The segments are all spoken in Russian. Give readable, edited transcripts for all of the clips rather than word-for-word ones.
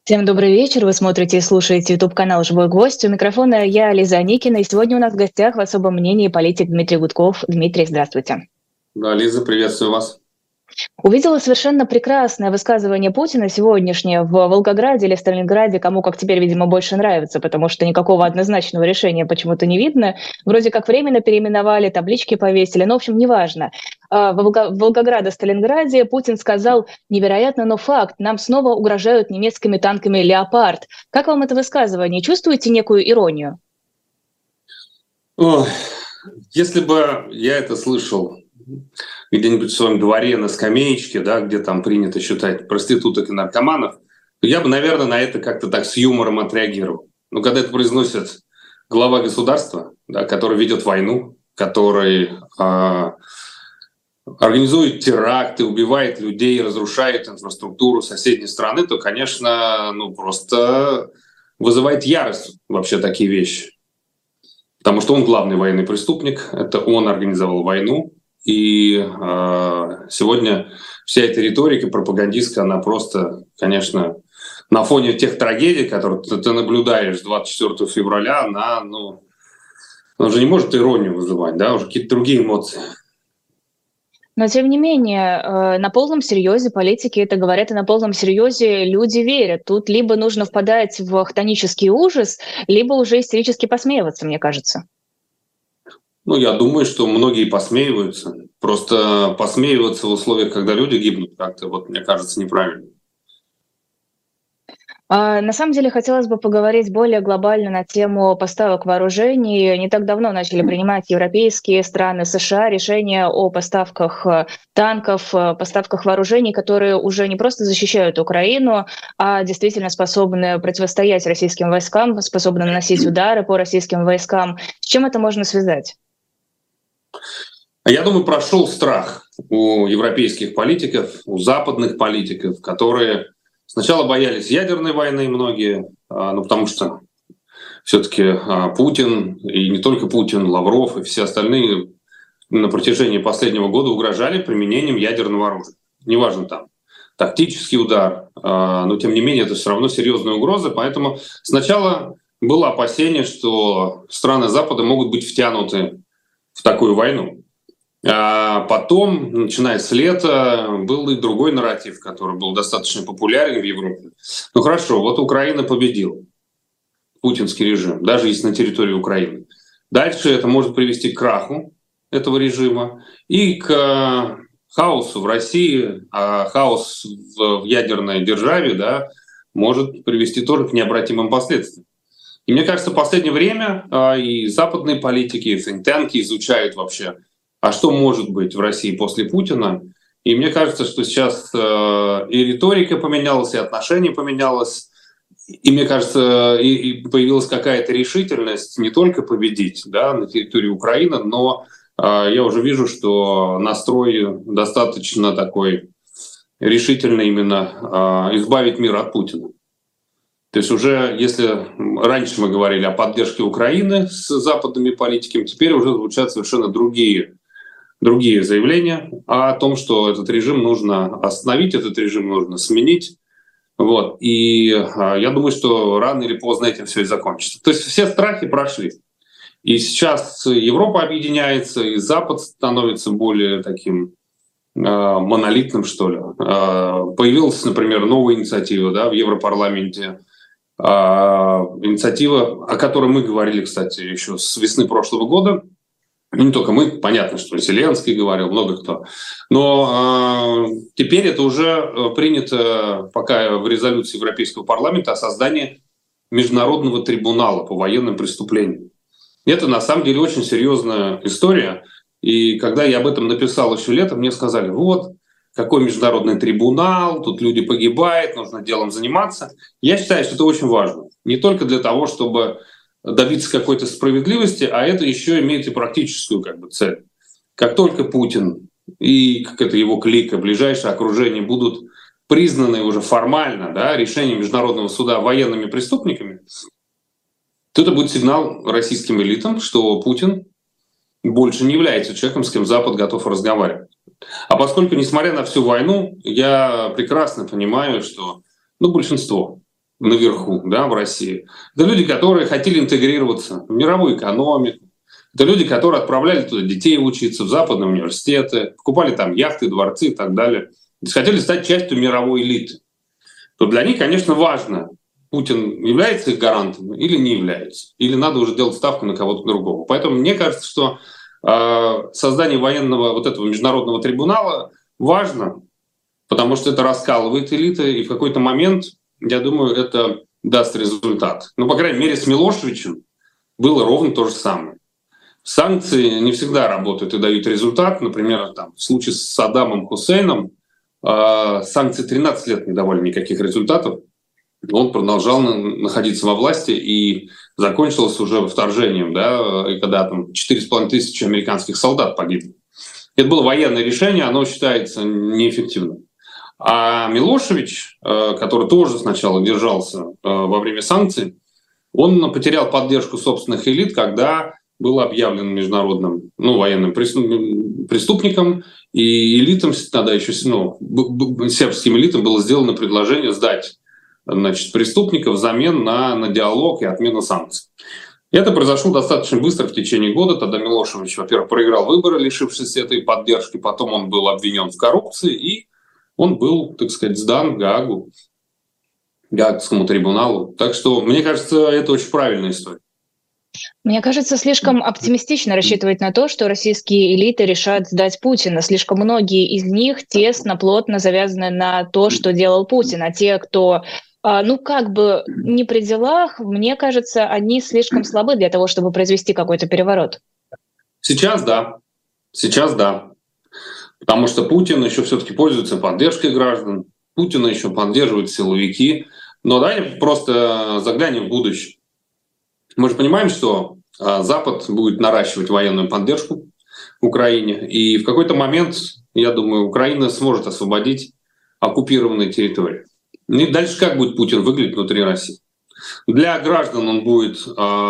Всем добрый вечер. Вы смотрите и слушаете YouTube-канал «Живой гвоздь». У микрофона я, Лиза Аникина. И сегодня у нас в гостях в особом мнении политик Дмитрий Гудков. Дмитрий, здравствуйте. Да, Лиза, приветствую вас. Увидела совершенно прекрасное высказывание Путина сегодняшнее в Волгограде или в Сталинграде, кому как теперь, видимо, больше нравится, потому что никакого однозначного решения почему-то не видно. Вроде как временно переименовали, таблички повесили, но, в общем, неважно. В Волгограде, Сталинграде Путин сказал: невероятно, но факт, нам снова угрожают немецкими танками «Леопард». Как вам это высказывание? Чувствуете некую иронию? Ой, если бы я это слышал где-нибудь в своем дворе на скамеечке, да, где там принято считать проституток и наркоманов, то я бы, наверное, на это как-то так с юмором отреагировал. Но когда это произносит глава государства, да, который ведет войну, который организует теракты, убивает людей, разрушает инфраструктуру соседней страны, то, конечно, просто вызывает ярость вообще такие вещи. Потому что он главный военный преступник, это он организовал войну, и сегодня вся эта риторика пропагандистская, она просто, конечно, на фоне тех трагедий, которые ты наблюдаешь 24 февраля, она уже не может иронию вызывать, да, уже какие-то другие эмоции. Но, тем не менее, на полном серьезе политики это говорят, и на полном серьезе люди верят. Тут либо нужно впадать в хтонический ужас, либо уже истерически посмеиваться, мне кажется. Я думаю, что многие посмеиваются. Просто посмеиваться в условиях, когда люди гибнут, как-то, мне кажется, неправильно. На самом деле хотелось бы поговорить более глобально на тему поставок вооружений. Не так давно начали принимать европейские страны, США решения о поставках танков, поставках вооружений, которые уже не просто защищают Украину, а действительно способны противостоять российским войскам, способны наносить удары по российским войскам. С чем это можно связать? Я думаю, прошел страх у европейских политиков, у западных политиков, которые сначала боялись ядерной войны многие, потому что все-таки Путин, и не только Путин, Лавров и все остальные на протяжении последнего года угрожали применением ядерного оружия. Неважно там, тактический удар, но тем не менее это все равно серьезная угроза. Поэтому сначала было опасение, что страны Запада могут быть втянуты в такую войну. А потом, начиная с лета, был и другой нарратив, который был достаточно популярен в Европе. Хорошо, вот Украина победила путинский режим, даже если на территории Украины. Дальше это может привести к краху этого режима и к хаосу в России, а хаос в ядерной державе, да, может привести тоже к необратимым последствиям. И мне кажется, в последнее время и западные политики, и think-танки изучают вообще, а что может быть в России после Путина. И мне кажется, что сейчас и риторика поменялась, и отношение поменялось. И мне кажется, и появилась какая-то решительность не только победить, да, на территории Украины, но я уже вижу, что настрой достаточно такой решительный именно избавить мир от Путина. То есть уже, если раньше мы говорили о поддержке Украины с западными политиками, теперь уже звучат совершенно другие заявления о том, что этот режим нужно остановить, этот режим нужно сменить. И я думаю, что рано или поздно этим все и закончится. То есть все страхи прошли. И сейчас Европа объединяется, и Запад становится более таким монолитным, что ли. Появилась, например, новая инициатива, да, в Европарламенте. Инициатива, о которой мы говорили, кстати, еще с весны прошлого года. Не только мы, понятно, что Зеленский говорил, много кто. Но теперь это уже принято пока в резолюции Европейского парламента о создании международного трибунала по военным преступлениям. Это на самом деле очень серьезная история. И когда я об этом написал еще летом, мне сказали: вот, какой международный трибунал, тут люди погибают, нужно делом заниматься. Я считаю, что это очень важно. Не только для того, чтобы добиться какой-то справедливости, а это еще имеет и практическую цель. Как только Путин и его клика, ближайшее окружение будут признаны уже формально, да, решением Международного суда военными преступниками, то это будет сигнал российским элитам, что Путин больше не является человеком, с кем Запад готов разговаривать. А поскольку, несмотря на всю войну, я прекрасно понимаю, что большинство наверху, да, в России. Это люди, которые хотели интегрироваться в мировую экономику. Это люди, которые отправляли туда детей учиться, в западные университеты, покупали там яхты, дворцы и так далее. То есть хотели стать частью мировой элиты. То для них, конечно, важно, Путин является их гарантом или не является. Или надо уже делать ставку на кого-то другого. Поэтому мне кажется, что создание военного вот этого международного трибунала важно, потому что это раскалывает элиты, и в какой-то момент, я думаю, это даст результат. Ну, по крайней мере, с Милошевичем было ровно то же самое. Санкции не всегда работают и дают результат. Например, там, в случае с Саддамом Хусейном санкции 13 лет не давали никаких результатов. Он продолжал находиться во власти, и закончилось уже вторжением, да, и когда там 4,5 тысячи американских солдат погибли. Это было военное решение, оно считается неэффективным. А Милошевич, который тоже сначала держался во время санкций, он потерял поддержку собственных элит, когда был объявлен международным военным преступником, и элитам, тогда еще сербским элитам было сделано предложение сдать, значит, преступников взамен на диалог и отмену санкций. Это произошло достаточно быстро, в течение года. Тогда Милошевич, во-первых, проиграл выборы, лишившись этой поддержки, потом он был обвинен в коррупции, и он был, так сказать, сдан в Гаагу, Гаагскому трибуналу. Так что, мне кажется, это очень правильная история. Мне кажется, слишком оптимистично рассчитывать на то, что российские элиты решат сдать Путина. Слишком многие из них тесно, плотно завязаны на то, что делал Путин. А те, кто, как бы не при делах, мне кажется, они слишком слабы для того, чтобы произвести какой-то переворот. Сейчас да. Потому что Путин еще все-таки пользуется поддержкой граждан. Путина еще поддерживают силовики. Но давайте просто заглянем в будущее. Мы же понимаем, что Запад будет наращивать военную поддержку Украине. И в какой-то момент, я думаю, Украина сможет освободить оккупированные территории. И дальше как будет Путин выглядеть внутри России? Для граждан он будет,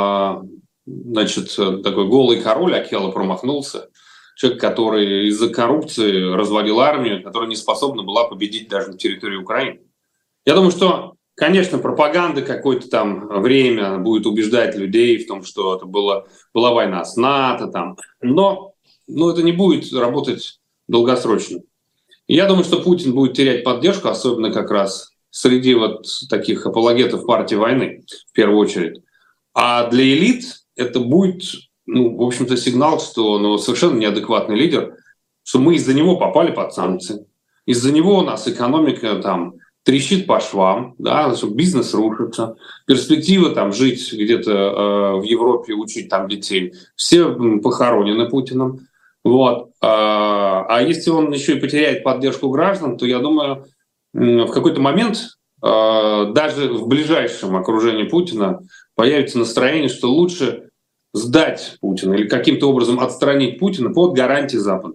такой голый король, Акела промахнулся. Человек, который из-за коррупции развалил армию, которая не способна была победить даже на территории Украины. Я думаю, что, конечно, пропаганда какое-то там время будет убеждать людей в том, что это была война с НАТО, но это не будет работать долгосрочно. И я думаю, что Путин будет терять поддержку, особенно как раз среди вот таких апологетов партии войны, в первую очередь. А для элит это будет, в общем-то, сигнал, что он совершенно неадекватный лидер, что мы из-за него попали под санкции. Из-за него у нас экономика трещит по швам, да, что бизнес рушится, перспектива жить где-то в Европе, учить там детей, все похоронены Путиным. Вот. А если он еще и потеряет поддержку граждан, то, я думаю, в какой-то момент даже в ближайшем окружении Путина появится настроение, что лучше сдать Путина или каким-то образом отстранить Путина под гарантией Запада.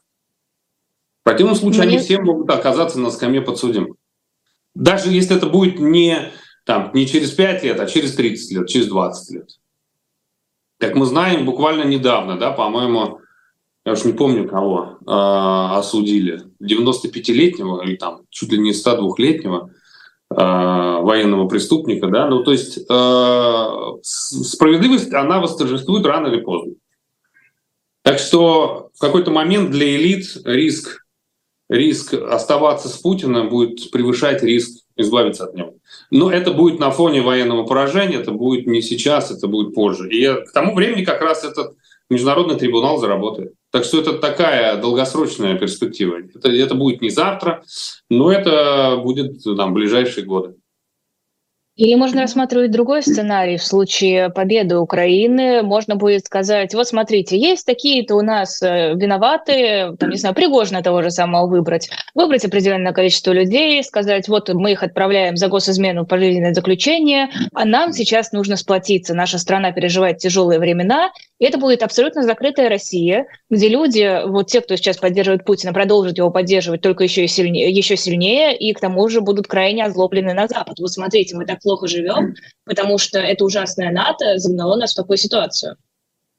В противном случае они все могут оказаться на скамье подсудимых. Даже если это будет не через 5 лет, а через 30 лет, через 20 лет. Как мы знаем, буквально недавно, по-моему, я уж не помню, кого осудили, 95-летнего или чуть ли не 102-летнего военного преступника. Да? То есть справедливость, она восторжествует рано или поздно. Так что в какой-то момент для элит риск оставаться с Путиным будет превышать риск избавиться от него. Но это будет на фоне военного поражения, это будет не сейчас, это будет позже. И к тому времени как раз этот международный трибунал заработает. Так что это такая долгосрочная перспектива. Это будет не завтра, но это будет в ближайшие годы. Или можно рассматривать другой сценарий. В случае победы Украины можно будет сказать: вот смотрите, есть такие-то у нас виноватые, Пригожина того же самого выбрать определенное количество людей, сказать: вот мы их отправляем за госизмену в пожизненное заключение, а нам сейчас нужно сплотиться. Наша страна переживает тяжелые времена, и это будет абсолютно закрытая Россия, где люди, вот те, кто сейчас поддерживает Путина, продолжат его поддерживать только еще сильнее, и к тому же будут крайне озлоблены на Запад. Вот смотрите, мы так плохо живем, потому что это ужасное НАТО загнало нас в такую ситуацию.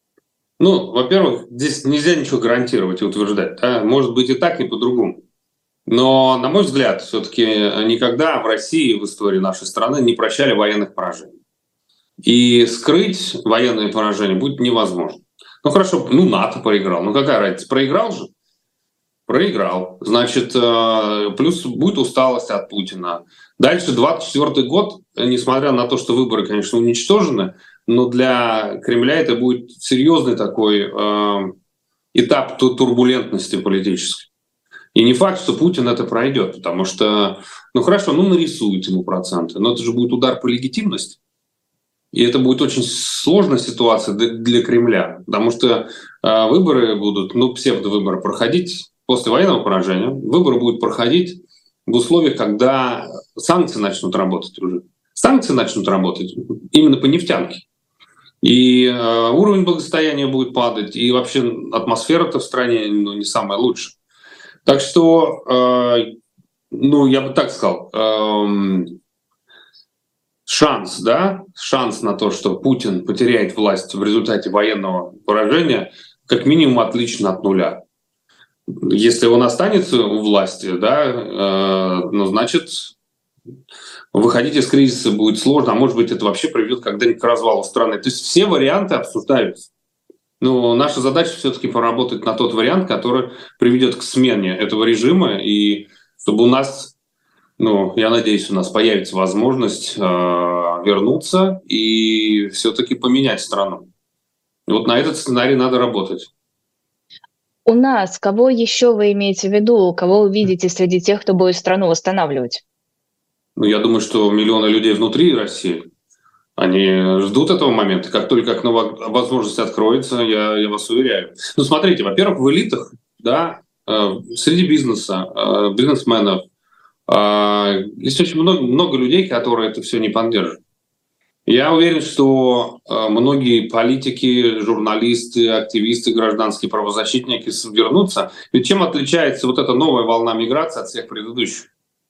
Во-первых, здесь нельзя ничего гарантировать и утверждать. Да? Может быть и так, и по-другому. Но, на мой взгляд, все-таки никогда в России, в истории нашей страны не прощали военных поражений. И скрыть военные поражения будет невозможно. Ну хорошо, ну НАТО проиграл. Ну какая разница? Проиграл же? Проиграл. Значит, плюс будет усталость от Путина. Дальше 24 год, несмотря на то, что выборы, конечно, уничтожены, но для Кремля это будет серьезный такой этап турбулентности политической. И не факт, что Путин это пройдет, потому что, ну хорошо, ну нарисуют ему проценты, но это же будет удар по легитимности. И это будет очень сложная ситуация для Кремля, потому что выборы будут, ну, псевдовыборы проходить после военного поражения. Выборы будут проходить в условиях, когда санкции начнут работать уже. Санкции начнут работать именно по нефтянке. И уровень благосостояния будет падать, и вообще атмосфера-то в стране, ну, не самая лучшая. Так что, ну, я бы так сказал, шанс на то, что Путин потеряет власть в результате военного поражения, как минимум отличен от нуля. Если он останется у власти, ну, значит, выходить из кризиса будет сложно, а может быть, это вообще приведет когда-нибудь к развалу страны. То есть все варианты обсуждаются. Но наша задача все-таки поработать на тот вариант, который приведет к смене этого режима, и чтобы у нас, ну, я надеюсь, у нас появится возможность вернуться и все-таки поменять страну. И вот на этот сценарий надо работать. У нас кого еще вы имеете в виду? Кого вы видите среди тех, кто будет страну восстанавливать? Ну, я думаю, что миллионы людей внутри России, они ждут этого момента. Как только возможность откроется, я вас уверяю. Ну, смотрите, во-первых, в элитах, среди бизнеса, бизнесменов, есть очень много людей, которые это все не поддерживают. Я уверен, что многие политики, журналисты, активисты, гражданские правозащитники вернутся. Ведь чем отличается вот эта новая волна миграции от всех предыдущих?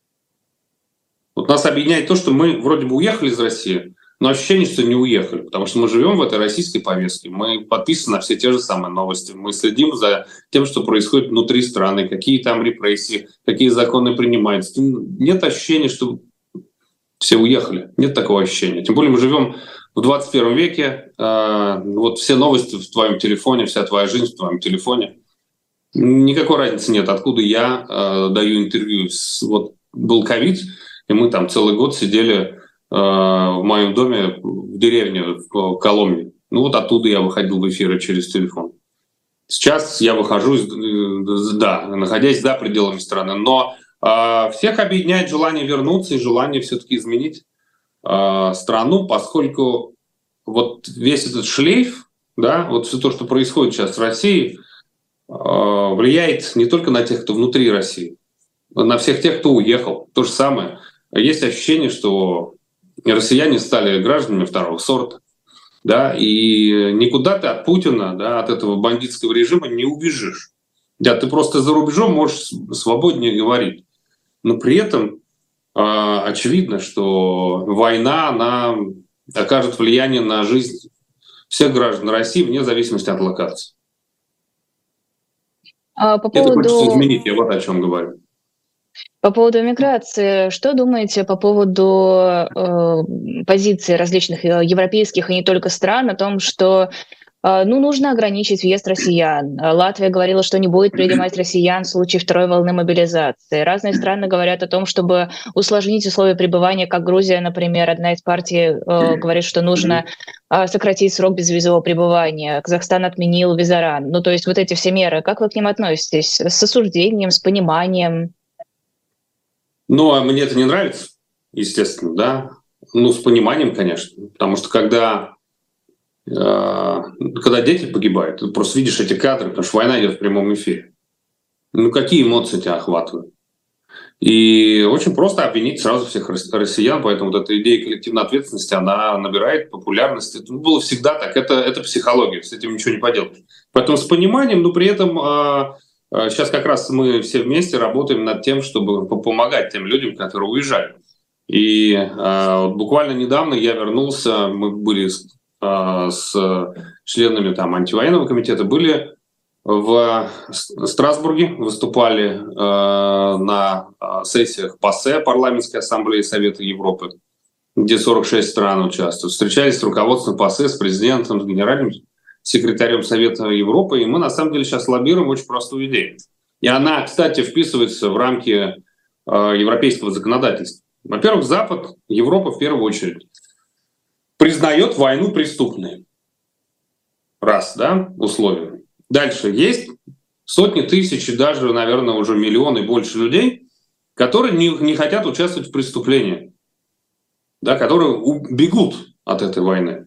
Вот нас объединяет то, что мы вроде бы уехали из России, но ощущение, что не уехали, потому что мы живем в этой российской повестке, мы подписаны на все те же самые новости, мы следим за тем, что происходит внутри страны, какие там репрессии, какие законы принимаются. Нет ощущения, что все уехали. Нет такого ощущения. Тем более мы живем в 21 веке. Вот все новости в твоем телефоне, вся твоя жизнь в твоем телефоне. Никакой разницы нет, откуда я даю интервью. Вот был ковид, и мы там целый год сидели в моем доме в деревне в Коломне. Ну вот оттуда я выходил в эфиры через телефон. Сейчас я выхожу, находясь за пределами страны. Но всех объединяет желание вернуться и желание все-таки изменить страну, поскольку вот весь этот шлейф, вот все то, что происходит сейчас в России, влияет не только на тех, кто внутри России, но на всех тех, кто уехал. То же самое. Есть ощущение, что россияне стали гражданами второго сорта. И никуда ты от Путина, от этого бандитского режима не убежишь. Ты просто за рубежом можешь свободнее говорить. Но при этом очевидно, что война, она окажет влияние на жизнь всех граждан России вне зависимости от локации. Это хочется изменить, я вот о чем говорю. По поводу миграции, что думаете по поводу позиции различных европейских и не только стран о том, что нужно ограничить въезд россиян? Латвия говорила, что не будет принимать россиян в случае второй волны мобилизации. Разные страны говорят о том, чтобы усложнить условия пребывания, как Грузия, например. Одна из партий говорит, что нужно сократить срок безвизового пребывания. Казахстан отменил визаран. То есть вот эти все меры, как вы к ним относитесь? С осуждением, с пониманием? А мне это не нравится, естественно, с пониманием, конечно. Потому что когда дети погибают, ты просто видишь эти кадры, потому что война идет в прямом эфире. Какие эмоции тебя охватывают? И очень просто обвинить сразу всех россиян, поэтому вот эта идея коллективной ответственности, она набирает популярность. Это было всегда так, это психология, с этим ничего не поделаешь. Поэтому с пониманием, но при этом сейчас как раз мы все вместе работаем над тем, чтобы помогать тем людям, которые уезжают. И буквально недавно я вернулся, мы были с членами антивоенного комитета, были в Страсбурге, выступали на сессиях ПАСЕ, Парламентской ассамблеи Совета Европы, где 46 стран участвуют. Встречались с руководством ПАСЕ, с президентом, с генеральным секретарем Совета Европы. И мы, на самом деле, сейчас лоббируем очень простую идею. И она, кстати, вписывается в рамки европейского законодательства. Во-первых, Запад, Европа в первую очередь, признает войну преступной. Раз, да, условие. Дальше. Есть сотни тысяч, и даже, наверное, уже миллионы и больше людей, которые не хотят участвовать в преступлении, да, которые бегут от этой войны.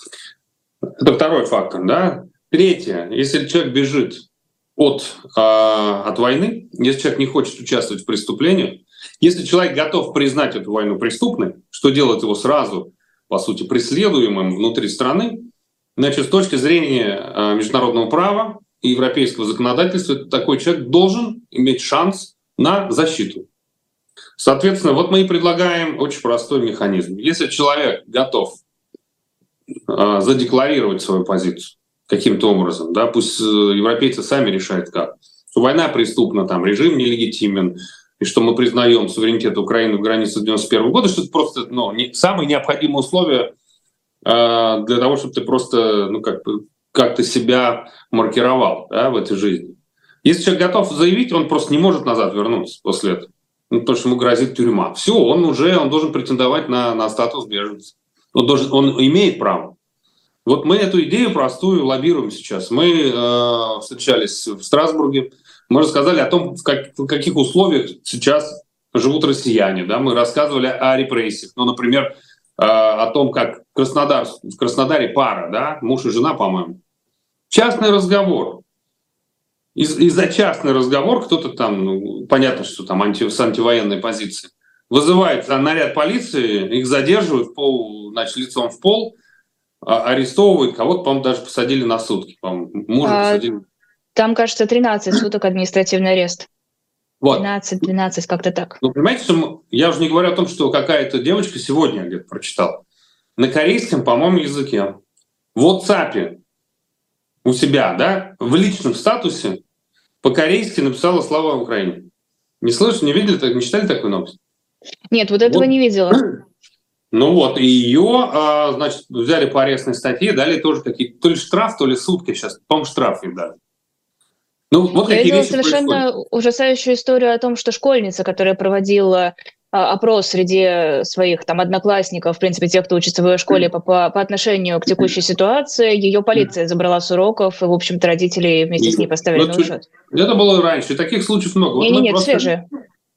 Это второй фактор. Да. Третье. Если человек бежит от войны, если человек не хочет участвовать в преступлении, если человек готов признать эту войну преступной, что делает его сразу, по сути, преследуемым внутри страны, значит, с точки зрения международного права и европейского законодательства, такой человек должен иметь шанс на защиту. Соответственно, вот мы и предлагаем очень простой механизм. Если человек готов задекларировать свою позицию каким-то образом, да, пусть европейцы сами решают как, что война преступна, там, режим нелегитимен, и что мы признаем суверенитет Украины в границах 1991 года, что это просто самые необходимые условия для того, чтобы ты просто как-то себя маркировал, да, в этой жизни. Если человек готов заявить, он просто не может назад вернуться после этого, потому что ему грозит тюрьма. Все, он должен претендовать на статус беженца. Он имеет право. Вот мы эту идею простую лоббируем сейчас. Мы встречались в Страсбурге, мы рассказали о том, в каких условиях сейчас живут россияне. Да? Мы рассказывали о репрессиях. Например, о том, как в Краснодаре пара, да? Муж и жена, по-моему. Частный разговор. И за частный разговор кто-то там, понятно, что там с антивоенной позиции, вызывает наряд полиции, их задерживают лицом в пол, арестовывают, кого-то, по-моему, даже посадили на сутки. Мужа посадили. Там, кажется, 13 суток административный арест. Вот. 12, как-то так. Понимаете, что я уже не говорю о том, что какая-то девочка сегодня где-то прочитала. На корейском, по-моему, языке, в WhatsApp у себя, да, в личном статусе по-корейски написала «Слава Украине». Не слышали, не видели, не читали такую новость? Нет, вот этого не видела. И ее, значит, взяли по арестной статье, дали тоже какие-то, то ли штраф, то ли сутки сейчас, по-моему, штраф ей дали. Вот я видела совершенно ужасающую историю о том, что школьница, которая проводила опрос среди своих там одноклассников, в принципе, тех, кто учится в ее школе по отношению к текущей ситуации, ее полиция забрала с уроков, и, в общем-то, родители вместе с ней поставили на учет. Это было раньше, и таких случаев много. Нет, свежие.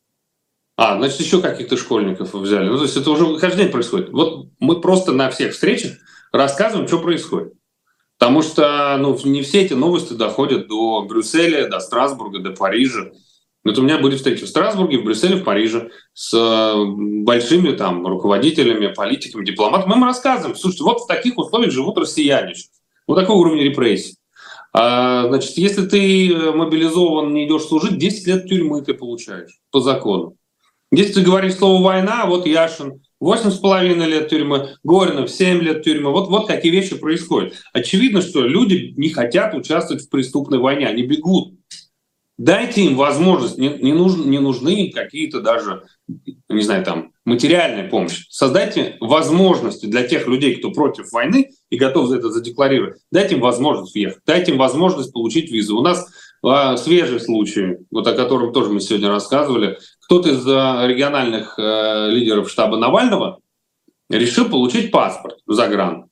Значит, еще каких-то школьников взяли. То есть это уже каждый день происходит. Вот мы просто на всех встречах рассказываем, что происходит. Потому что не все эти новости доходят до Брюсселя, до Страсбурга, до Парижа. Вот у меня были встречи в Страсбурге, в Брюсселе, в Париже с большими там руководителями, политиками, дипломатами. Мы им рассказываем, слушайте, вот в таких условиях живут россияне. Вот такой уровень репрессий. Значит, если ты мобилизован, не идешь служить, 10 лет тюрьмы ты получаешь по закону. Если ты говоришь слово «война», вот Яшин 8,5 лет тюрьмы, Горинов 7 лет тюрьмы. Вот такие вещи происходят. Очевидно, что люди не хотят участвовать в преступной войне, они бегут. Дайте им возможность, не нужны им какие-то даже, не знаю, там, материальная помощь. Создайте возможности для тех людей, кто против войны и готов за это задекларировать. Дайте им возможность въехать, дайте им возможность получить визу. У нас свежий случай, вот о котором тоже мы сегодня рассказывали. Кто-то из региональных лидеров штаба Навального решил получить паспорт загран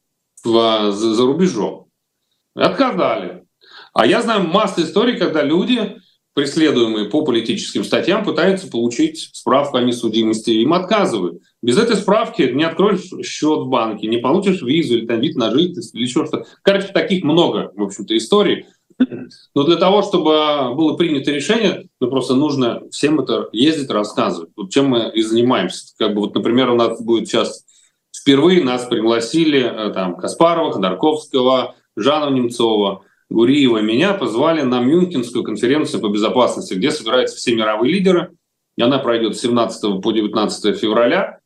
за рубежом. Отказали. А я знаю массу историй, когда люди, преследуемые по политическим статьям, пытаются получить справку о несудимости, им отказывают. Без этой справки не откроешь счет в банке, не получишь визу или там вид на жительство или еще что-то. Короче, таких много, в общем-то, историй. Но для того, чтобы было принято решение, просто нужно всем это ездить, рассказывать. Вот чем мы и занимаемся. Например, у нас будет сейчас впервые нас пригласили там Каспарова, Ходорковского, Жанну Немцова, Гуриева, меня позвали на Мюнхенскую конференцию по безопасности, где собираются все мировые лидеры. И она пройдет с 17 по 19 февраля.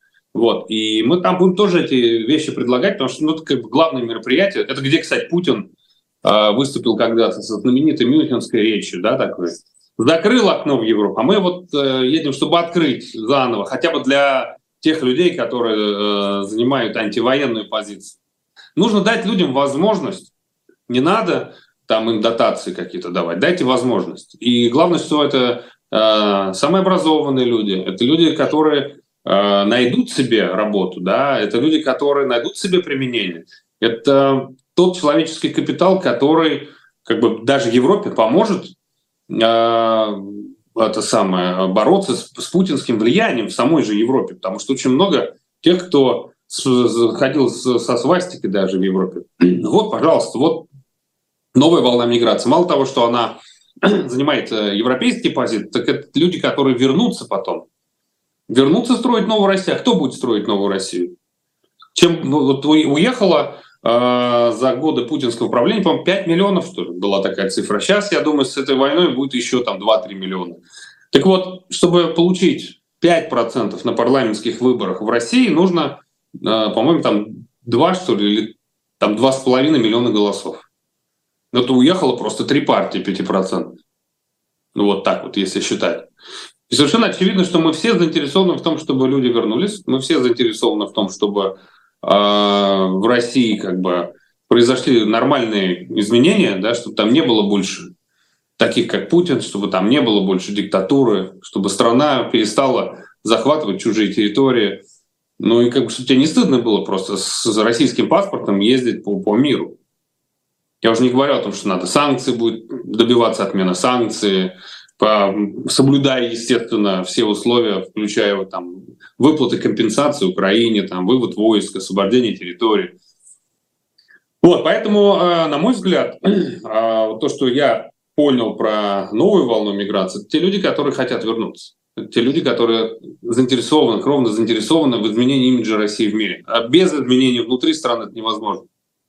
И мы там будем тоже эти вещи предлагать, потому что это главное мероприятие. Это где, кстати, Путин выступил когда-то со знаменитой мюнхенской речью, да, такой. Закрыл окно в Европу, а мы вот едем, чтобы открыть заново, хотя бы для тех людей, которые занимают антивоенную позицию. Нужно дать людям возможность, не надо там им дотации какие-то давать, дайте возможность. И главное, что это самые образованные люди, это люди, которые найдут себе работу, да, это люди, которые найдут себе применение. Это тот человеческий капитал, который как бы даже Европе поможет это самое, бороться с путинским влиянием в самой же Европе, потому что очень много тех, кто ходил со свастикой даже в Европе. Вот, пожалуйста, вот новая волна миграции. Мало того, что она занимает европейские позиции, так это люди, которые вернутся потом. Вернутся строить новую Россию. А кто будет строить новую Россию? Чем вот уехало за годы путинского правления, по-моему, 5 миллионов, что ли, была такая цифра. Сейчас, я думаю, с этой войной будет еще там 2-3 миллиона. Так вот, чтобы получить 5% на парламентских выборах в России, нужно, по-моему, там 2, что ли, или там 2,5 миллиона голосов. Но то уехало просто 3 партии 5%. Ну вот так вот, если считать. И совершенно очевидно, что мы все заинтересованы в том, чтобы люди вернулись. Мы все заинтересованы в том, чтобы в России как бы произошли нормальные изменения, да, чтобы там не было больше таких, как Путин, чтобы там не было больше диктатуры, чтобы страна перестала захватывать чужие территории. Ну и как бы, чтобы тебе не стыдно было просто с российским паспортом ездить по миру. Я уже не говорю о том, что надо санкции, будет добиваться отмены санкций, соблюдая, естественно, все условия, включая там, выплаты компенсации Украине, там, вывод войск, освобождение территорий. Вот, поэтому, на мой взгляд, то, что я понял про новую волну миграции, это те люди, которые хотят вернуться. Это те люди, которые заинтересованы, кровно заинтересованы в изменении имиджа России в мире. А без изменений внутри страны это невозможно.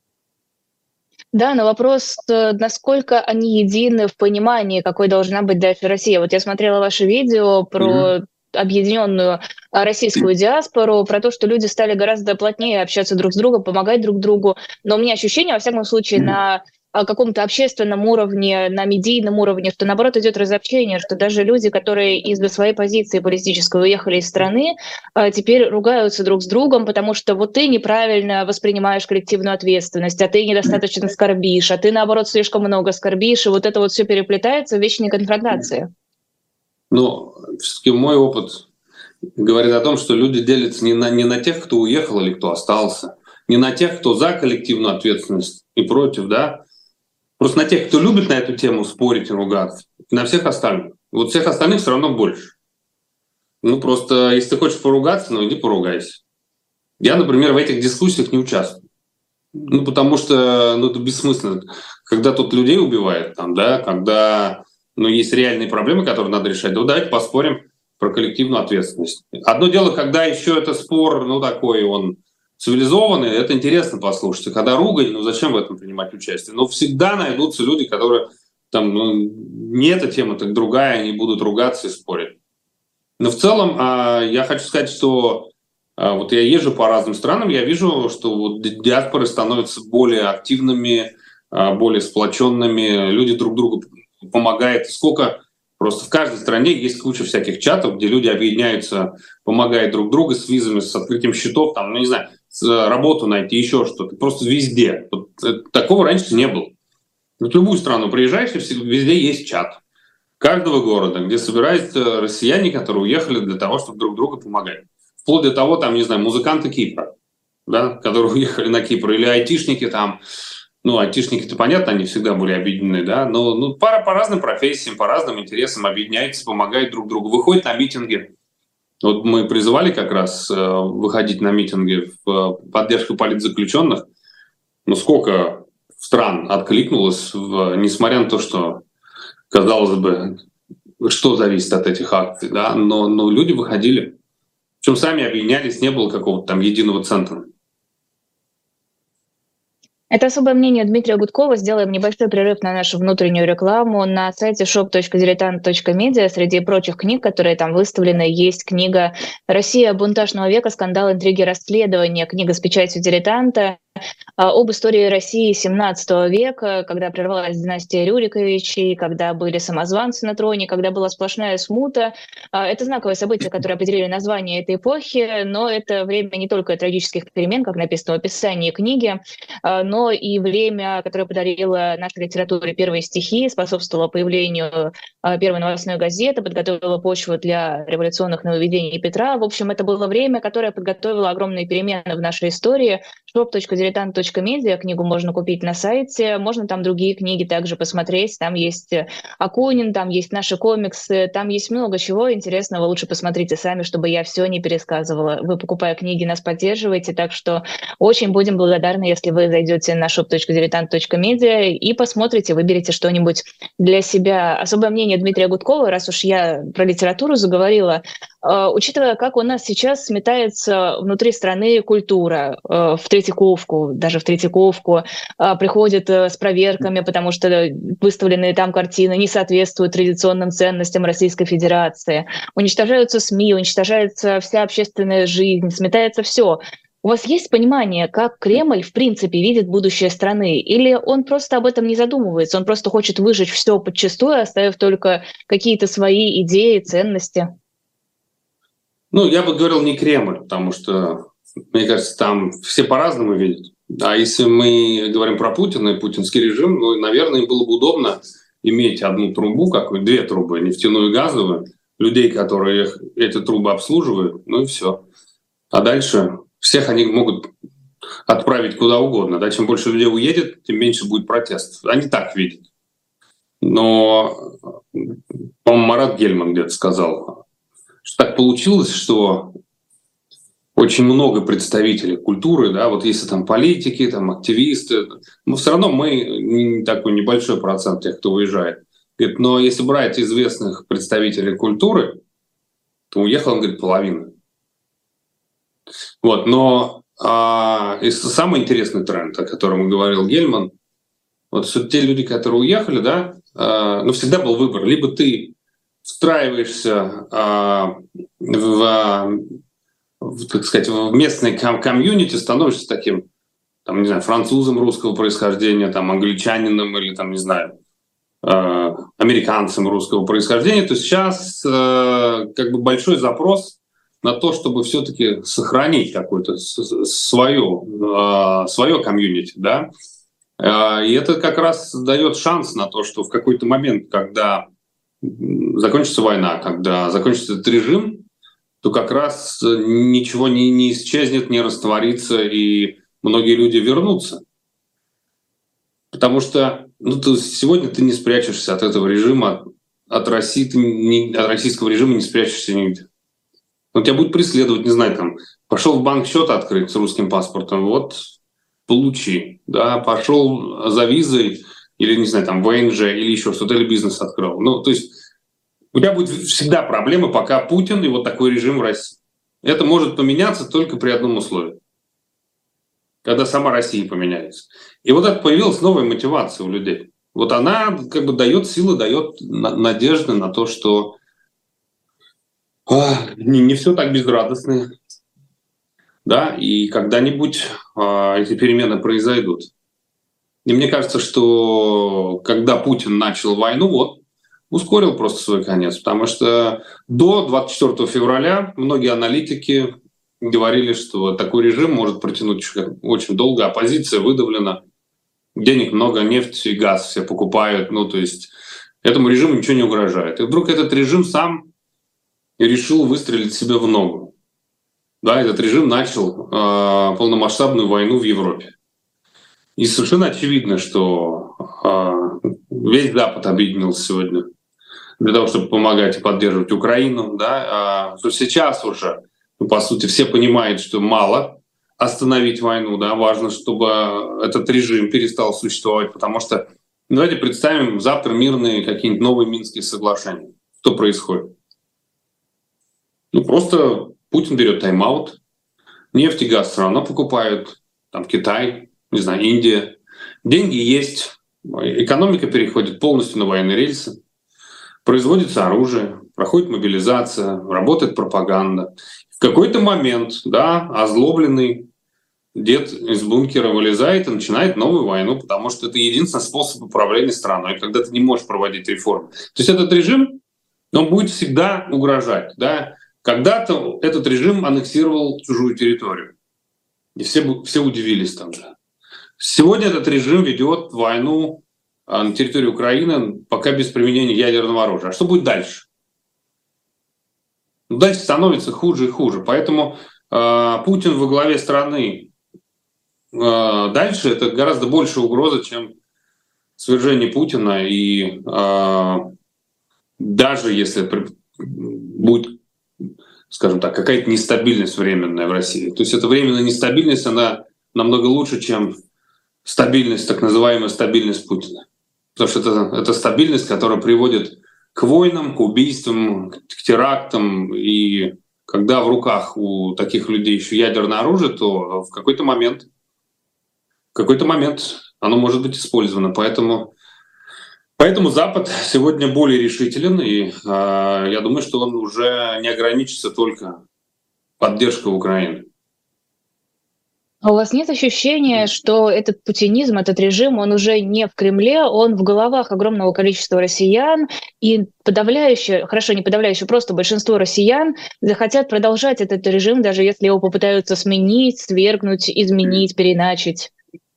Да, но вопрос, насколько они едины в понимании, какой должна быть дальше Россия. Вот я смотрела ваше видео про объединенную российскую диаспору, про то, что люди стали гораздо плотнее общаться друг с другом, помогать друг другу. Но у меня ощущение, во всяком случае, на каком-то общественном уровне, на медийном уровне, что наоборот идет разобщение, что даже люди, которые из-за своей позиции политической уехали из страны, теперь ругаются друг с другом, потому что вот ты неправильно воспринимаешь коллективную ответственность, а ты недостаточно скорбишь, а ты наоборот слишком много скорбишь, и вот это вот все переплетается в вечной конфронтации. Но все-таки мой опыт говорит о том, что люди делятся не на тех, кто уехал или кто остался, не на тех, кто за коллективную ответственность и против, да, просто на тех, кто любит на эту тему спорить и ругаться, и на всех остальных. Вот всех остальных все равно больше. Ну просто, если ты хочешь поругаться, ну иди поругайся. Я, например, в этих дискуссиях не участвую. Ну потому что это бессмысленно. Когда тут людей убивают, там, да, когда есть реальные проблемы, которые надо решать, да давайте поспорим про коллективную ответственность. Одно дело, когда еще это спор, такой он цивилизованный, это интересно послушать. А когда ругань, зачем в этом принимать участие? Но всегда найдутся люди, которые там, не эта тема, так другая, они будут ругаться и спорить. Но в целом я хочу сказать, что вот я езжу по разным странам, я вижу, что вот диаспоры становятся более активными, более сплоченными, люди друг другу помогают. Сколько просто в каждой стране есть куча всяких чатов, где люди объединяются, помогают друг другу с визами, с открытием счетов, там, не знаю, работу найти, еще что-то. Просто везде. Вот, такого раньше не было. В любую страну приезжаешь, и везде есть чат. Каждого города, где собираются россияне, которые уехали для того, чтобы друг другу помогать. Вплоть до того, там, не знаю, музыканты Кипра, да, которые уехали на Кипр, или айтишники там. Айтишники-то, понятно, они всегда были объединены, да, но по разным профессиям, по разным интересам объединяются, помогают друг другу, выходят на митинги. Вот мы призывали как раз выходить на митинги в поддержку политзаключенных. Сколько стран откликнулось, несмотря на то, что, казалось бы, что зависит от этих акций, да, но люди выходили. Причем сами объединялись, не было какого-то там единого центра. Это особое мнение Дмитрия Гудкова. Сделаем небольшой прерыв на нашу внутреннюю рекламу. На сайте shop.diletant.media среди прочих книг, которые там выставлены, есть книга «Россия бунтажного века. Скандал, интриги, расследования». Книга с печатью дилетанта. об истории России XVII века, когда прервалась династия Рюриковичей, когда были самозванцы на троне, когда была сплошная смута. Это знаковое событие, которое определили название этой эпохи, но это время не только трагических перемен, как написано в описании книги, но и время, которое подарило нашей литературе первые стихи, способствовало появлению первой новостной газеты, подготовило почву для революционных нововведений Петра. В общем, это было время, которое подготовило огромные перемены в нашей истории. shop.diletant.media, книгу можно купить на сайте, можно там другие книги также посмотреть, там есть Акунин, там есть наши комиксы, там есть много чего интересного, лучше посмотрите сами, чтобы я все не пересказывала. Вы, покупая книги, нас поддерживаете, так что очень будем благодарны, если вы зайдете на shop.diletant.media и посмотрите, выберете что-нибудь для себя. Особое мнение Дмитрия Гудкова, раз уж я про литературу заговорила, учитывая, как у нас сейчас сметается внутри страны культура, в Третьяковку, даже в Третьяковку приходят с проверками, потому что выставленные там картины не соответствуют традиционным ценностям Российской Федерации. Уничтожаются СМИ, уничтожается вся общественная жизнь, сметается все. У вас есть понимание, как Кремль, в принципе, видит будущее страны? Или он просто об этом не задумывается, он просто хочет выжечь все подчистую, оставив только какие-то свои идеи, ценности? Ну, я бы говорил не Кремль, потому что, мне кажется, там все по-разному видят. А если мы говорим про Путина и путинский режим, ну, наверное, им было бы удобно иметь одну трубу, две трубы, нефтяную и газовую, людей, которые эти трубы обслуживают, ну и все. А дальше всех они могут отправить куда угодно. Да? Чем больше людей уедет, тем меньше будет протестов. Они так видят. Но, по-моему, Марат Гельман где-то сказал, что так получилось, что очень много представителей культуры, да, вот если там политики, там активисты, но все равно мы не такой небольшой процент тех, кто уезжает. Говорит, но если брать известных представителей культуры, то уехала, он говорит, половина. Вот, но самый интересный тренд, о котором говорил Гельман, вот все те люди, которые уехали, да, ну всегда был выбор, либо ты встраиваешься так сказать, в местной комьюнити, становишься таким, там, не знаю, французом русского происхождения, там, англичанином или, там, не знаю, американцем русского происхождения, то сейчас как бы большой запрос на то, чтобы все-таки сохранить какое-то свое комьюнити, да. И это как раз дает шанс на то, что в какой-то момент, когда закончится война, когда закончится этот режим, то как раз ничего не исчезнет, не растворится, и многие люди вернутся. Потому что сегодня ты не спрячешься от этого режима, от России, от российского режима не спрячешься нигде. Он тебя будет преследовать, не знаю, там, пошел в банк счет открыть с русским паспортом, вот, получи. Да, пошел за визой, или, не знаю, там, ВНЖ, или еще что-то, или бизнес открыл. Ну, то есть у тебя будет всегда проблемы, пока Путин и вот такой режим в России. Это может поменяться только при одном условии. Когда сама Россия поменяется. И вот это появилась новая мотивация у людей. Вот она как бы дает силы, дает надежды на то, что не все так безрадостно. Да, и когда-нибудь эти перемены произойдут. И мне кажется, что когда Путин начал войну, вот, ускорил просто свой конец, потому что до 24 февраля многие аналитики говорили, что такой режим может протянуть очень долго, оппозиция выдавлена, денег много, нефть и газ все покупают, ну то есть этому режиму ничего не угрожает. И вдруг этот режим сам решил выстрелить себе в ногу. Да, этот режим начал полномасштабную войну в Европе. И совершенно очевидно, что весь Запад объединился сегодня для того, чтобы помогать и поддерживать Украину, да, что сейчас уже, по сути, все понимают, что мало остановить войну, да, важно, чтобы этот режим перестал существовать, потому что, давайте представим, завтра мирные какие-нибудь новые Минские соглашения. Что происходит? Ну, просто Путин берет тайм-аут, нефть и газ все равно покупают, там Китай, не знаю, Индия. Деньги есть, экономика переходит полностью на военные рельсы, производится оружие, проходит мобилизация, работает пропаганда. В какой-то момент, да, озлобленный дед из бункера вылезает и начинает новую войну, потому что это единственный способ управления страной, когда ты не можешь проводить реформы. То есть этот режим, он будет всегда угрожать. Да? Когда-то этот режим аннексировал чужую территорию. И все удивились там же. Сегодня этот режим ведет войну на территории Украины пока без применения ядерного оружия. А что будет дальше? Дальше становится хуже и хуже. Поэтому Путин во главе страны дальше это гораздо больше угроза, чем свержение Путина. И даже если будет, скажем так, какая-то нестабильность временная в России, то есть эта временная нестабильность, она намного лучше, чем стабильность, так называемая стабильность Путина. Потому что это стабильность, которая приводит к войнам, к убийствам, к терактам. И когда в руках у таких людей еще ядерное оружие, то в какой-то момент оно может быть использовано. Поэтому Запад сегодня более решителен, и я думаю, что он уже не ограничится только поддержкой Украины. А у вас нет ощущения, что этот путинизм, этот режим, он уже не в Кремле, он в головах огромного количества россиян, и подавляющее, хорошо, не подавляющее, просто большинство россиян захотят продолжать этот режим, даже если его попытаются сменить, свергнуть, изменить, переначить?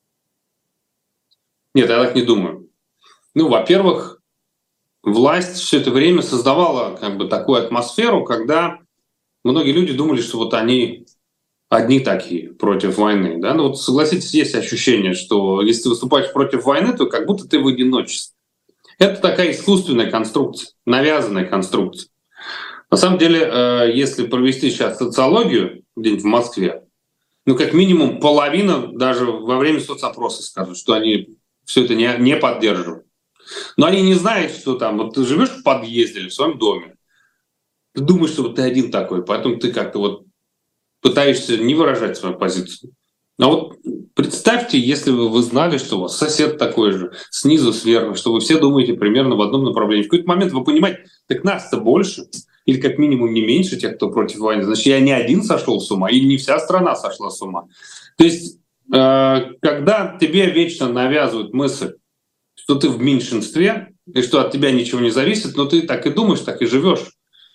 Нет, я так не думаю. Во-первых, власть все это время создавала такую атмосферу, когда многие люди думали, что вот они одни такие против войны. Да? Согласитесь, есть ощущение, что если ты выступаешь против войны, то как будто ты в одиночестве. Это такая искусственная конструкция, навязанная конструкция. На самом деле, если провести сейчас социологию где-нибудь в Москве, как минимум половина даже во время соцопроса скажут, что они все это не поддерживают. Но они не знают, что там, вот ты живешь в подъезде или в своем доме, ты думаешь, что вот ты один такой, поэтому ты как-то пытаешься не выражать свою позицию. А представьте, если вы знали, что у вас сосед такой же, снизу, сверху, что вы все думаете примерно в одном направлении. В какой-то момент вы понимаете, так нас-то больше, или как минимум не меньше тех, кто против войны. Значит, я не один сошел с ума, или не вся страна сошла с ума. То есть, когда тебе вечно навязывают мысль, что ты в меньшинстве, и что от тебя ничего не зависит, но ты так и думаешь, так и живешь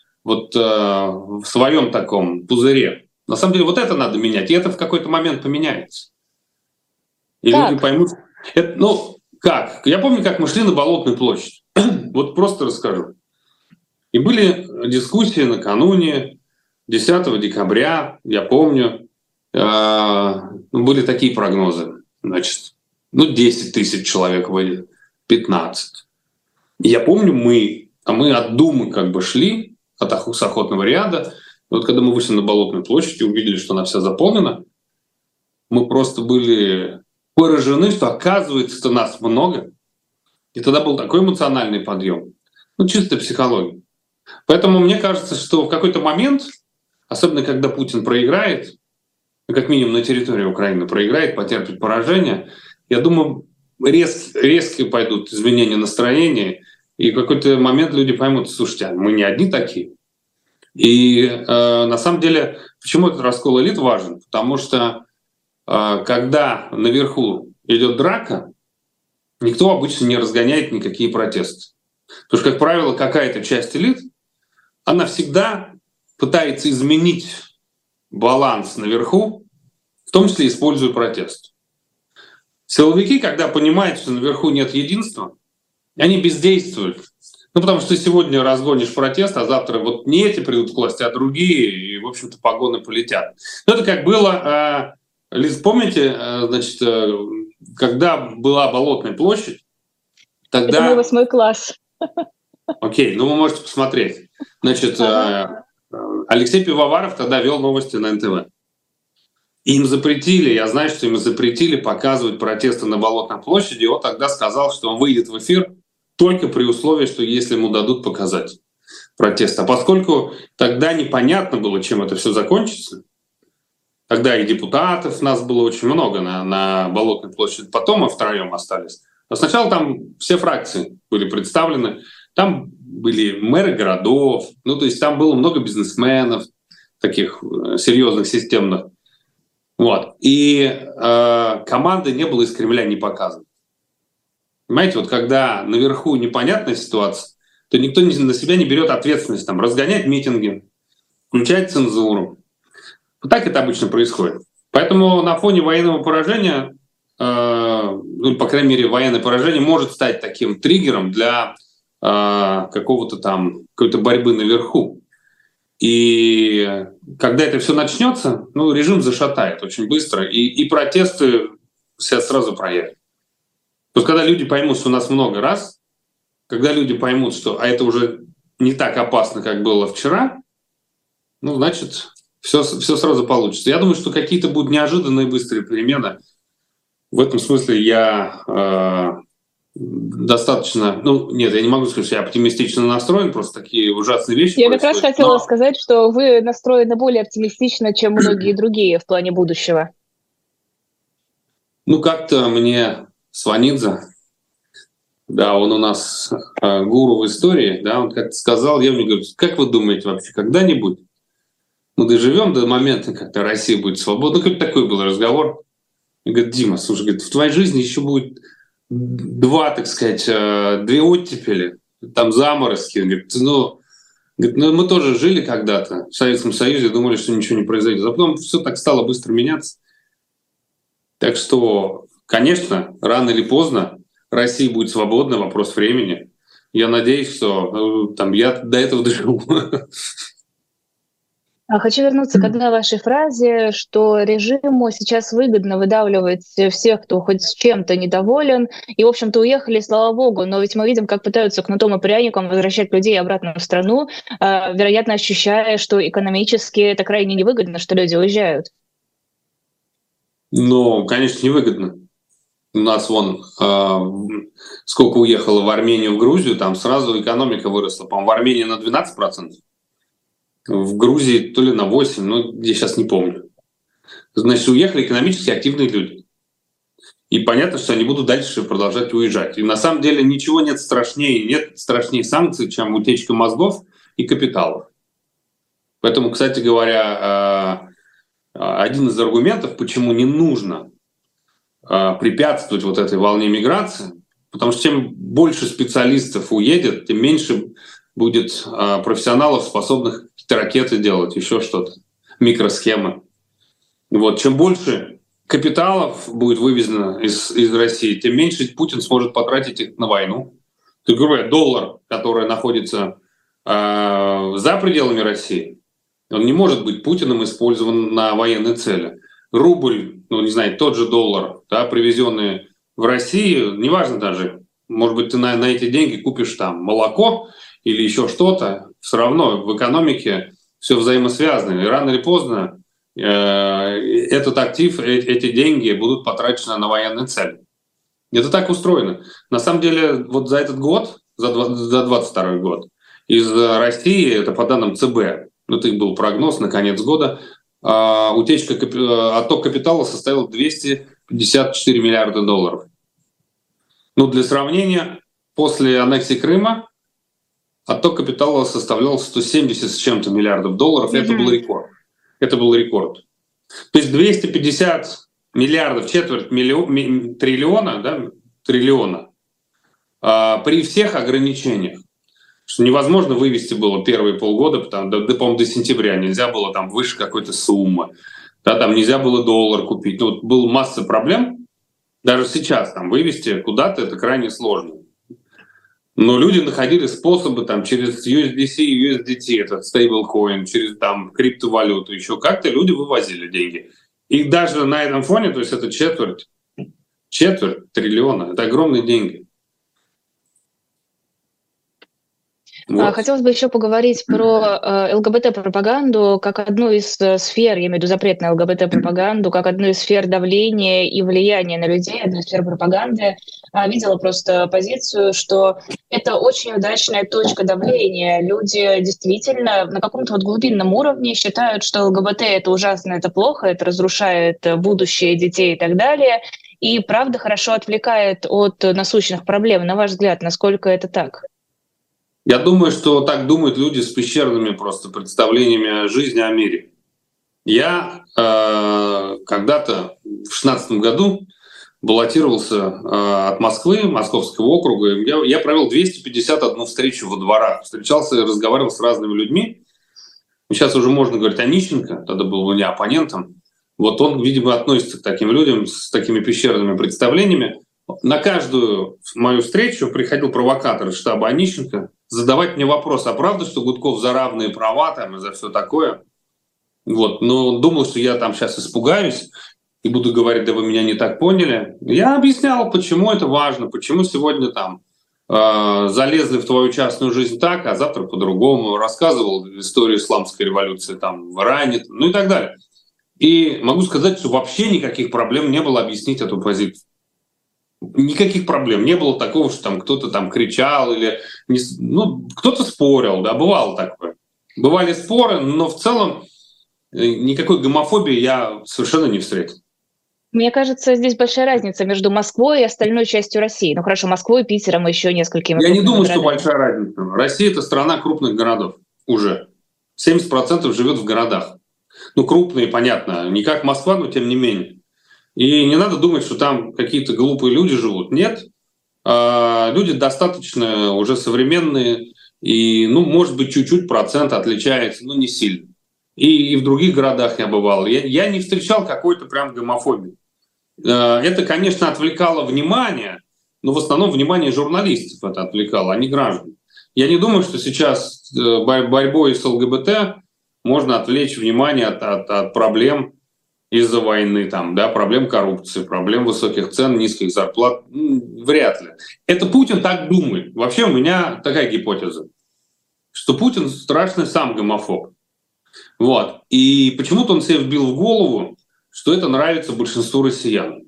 в своем таком пузыре. На самом деле это надо менять, и это в какой-то момент поменяется. И люди поймут. Как? Я помню, как мы шли на Болотную площадь. Просто расскажу. И были дискуссии накануне, 10 декабря, я помню, были такие прогнозы. Значит, 10 тысяч человек выйдет, 15. И я помню, мы от Думы шли, с Охотного ряда. Когда мы вышли на Болотную площадь и увидели, что она вся заполнена, мы просто были поражены, что оказывается нас много. И тогда был такой эмоциональный подъем. Чистая психология. Поэтому мне кажется, что в какой-то момент, особенно когда Путин проиграет, как минимум на территории Украины проиграет, потерпит поражение, я думаю, резко пойдут изменения настроения, и в какой-то момент люди поймут, слушайте, мы не одни такие. И на самом деле, почему этот раскол элит важен? Потому что когда наверху идет драка, никто обычно не разгоняет никакие протесты. Потому что, как правило, какая-то часть элит, она всегда пытается изменить баланс наверху, в том числе используя протест. Силовики, когда понимают, что наверху нет единства, они бездействуют. Потому что ты сегодня разгонишь протест, а завтра не эти придут к власти, а другие, и, в общем-то, погоны полетят. Это как было, Лиз, помните, когда была Болотная площадь, тогда... Это мой 8 класс. Окей, вы можете посмотреть. Алексей Пивоваров тогда вел новости на НТВ. Им запретили, я знаю, что им запретили показывать протесты на Болотной площади, и он тогда сказал, что он выйдет в эфир только при условии, что если ему дадут показать протест. А поскольку тогда непонятно было, чем это все закончится, тогда и депутатов нас было очень много на Болотной площади, потом мы втроем остались. Но сначала там все фракции были представлены, там были мэры городов, то есть там было много бизнесменов, таких серьезных, системных. Вот. И команды не было из Кремля не показано. Понимаете, вот когда наверху непонятная ситуация, то никто на себя не берет ответственность там, разгонять митинги, включать цензуру. Вот так это обычно происходит. Поэтому на фоне военного поражения, ну, по крайней мере, военное поражение может стать таким триггером для какого-то там, какой-то борьбы наверху. И когда это все начнется, ну, режим зашатает очень быстро, и протесты себя сразу проявят. Вот когда люди поймут, что у нас много раз, когда люди поймут, что это уже не так опасно, как было вчера, ну, значит, все сразу получится. Я думаю, что какие-то будут неожиданные быстрые перемены. В этом смысле я достаточно... Ну, нет, я не могу сказать, что я оптимистично настроен, просто такие ужасные вещи Я происходят. как раз хотела сказать, что вы настроены более оптимистично, чем многие другие в плане будущего. Ну, как-то мне Сванидзе, да, он у нас гуру в истории, да, он как-то сказал, я мне говорю, как вы думаете вообще, когда-нибудь мы доживем до момента, когда Россия будет свободна? Ну, какой-то такой был разговор. И говорит, Дима, слушай, говорит, в твоей жизни еще будет так сказать, две оттепели, там заморозки. Говорит, ну, мы тоже жили когда-то в Советском Союзе, думали, что ничего не произойдет. А потом все так стало быстро меняться. Так что, конечно, рано или поздно Россия будет свободна, вопрос времени. Я надеюсь, что там, я до этого доживу. Хочу вернуться к одной вашей фразе, что режиму сейчас выгодно выдавливать всех, кто хоть с чем-то недоволен. И, в общем-то, уехали, слава богу. Но ведь мы видим, как пытаются кнутом и пряником возвращать людей обратно в страну, вероятно, ощущая, что экономически это крайне невыгодно, что люди уезжают. Ну, конечно, невыгодно. У нас вон сколько уехало в Армению, в Грузию, там сразу экономика выросла. По-моему, в Армении на 12%. В Грузии то ли на 8%, ну, я сейчас не помню. Значит, уехали экономически активные люди. И понятно, что они будут дальше продолжать уезжать. И на самом деле ничего нет страшнее санкций, чем утечка мозгов и капиталов. Поэтому, кстати говоря, один из аргументов, почему не нужно препятствовать вот этой волне миграции, потому что чем больше специалистов уедет, тем меньше будет профессионалов, способных какие-то ракеты делать, еще что-то, микросхемы. Вот. Чем больше капиталов будет вывезено из России, тем меньше Путин сможет потратить их на войну. То есть, грубо говоря, доллар, который находится за пределами России, он не может быть Путиным использован на военные цели. Рубль, ну не знаю, тот же доллар, да, привезенный в Россию, неважно даже, может быть, ты на эти деньги купишь там молоко или еще что-то, все равно в экономике все взаимосвязано. И рано или поздно этот актив, эти деньги будут потрачены на военные цели. Это так устроено. На самом деле, вот за этот год, за 2022 год, из России, это по данным ЦБ, это их был прогноз на конец года, отток капитала составил 254 миллиарда долларов. Ну, для сравнения, после аннексии Крыма отток капитала составлял 170 с чем-то миллиардов долларов. Это был рекорд. Это был рекорд. То есть 250 миллиардов, четверть триллиона, да, триллиона, при всех ограничениях. Что невозможно вывести было первые полгода, по-моему, до сентября нельзя было там выше какой-то суммы, да, там нельзя было доллар купить. Ну, вот была масса проблем. Даже сейчас там вывести куда-то это крайне сложно. Но люди находили способы там через USDC, USDT, этот стейблкоин, через там криптовалюту, еще как-то люди вывозили деньги. И даже на этом фоне, то есть это четверть триллиона, это огромные деньги. Вот. Хотелось бы еще поговорить про ЛГБТ-пропаганду как одну из сфер, я имею в виду запрет на ЛГБТ-пропаганду, как одну из сфер давления и влияния на людей, одну из сфер пропаганды. Видела просто позицию, что это очень удачная точка давления. Люди действительно на каком-то вот глубинном уровне считают, что ЛГБТ — это ужасно, это плохо, это разрушает будущее детей и так далее. И правда хорошо отвлекает от насущных проблем. На ваш взгляд, насколько это так? Я думаю, что так думают люди с пещерными просто представлениями о жизни, о мире. Я когда-то в 2016 году баллотировался от Москвы, Московского округа. Я провел 251 встречу во дворах. Встречался и разговаривал с разными людьми. Сейчас уже можно говорить о Онищенко, тогда был у меня оппонентом. Вот он, видимо, относится к таким людям с такими пещерными представлениями. На каждую мою встречу приходил провокатор из штаба Онищенко задавать мне вопрос: а правда, что Гудков за равные права там и за все такое? Вот. Но он думал, что я там сейчас испугаюсь и буду говорить: да вы меня не так поняли. Я объяснял, почему это важно, почему сегодня там залезли в твою частную жизнь так, а завтра по-другому. Рассказывал историю исламской революции там в Иране, ну и так далее. И могу сказать, что вообще никаких проблем не было объяснить эту позицию. Никаких проблем. Не было такого, что там кто-то там кричал или кто-то спорил, да, бывало такое. Бывали споры, но в целом никакой гомофобии я совершенно не встретил. Мне кажется, здесь большая разница между Москвой и остальной частью России. Ну хорошо, Москвой, Питером и еще несколькими Я не крупными думаю, что городами. большая разница. Россия — это страна крупных городов уже. 70% живет в городах. Ну, крупные, понятно, не как Москва, но тем не менее. И не надо думать, что там какие-то глупые люди живут. Нет. Люди достаточно уже современные. И, может быть, чуть-чуть процент отличается, но не сильно. И в других городах я бывал. Я не встречал какой-то прям гомофобии. Это, конечно, отвлекало внимание, но в основном внимание журналистов это отвлекало, а не граждан. Я не думаю, что сейчас борьбой с ЛГБТ можно отвлечь внимание от проблем из-за войны, там, да, проблем коррупции, проблем высоких цен, низких зарплат. Вряд ли. Это Путин так думает. Вообще у меня такая гипотеза, что Путин страшный сам гомофоб. Вот. И почему-то он себе вбил в голову, что это нравится большинству россиян.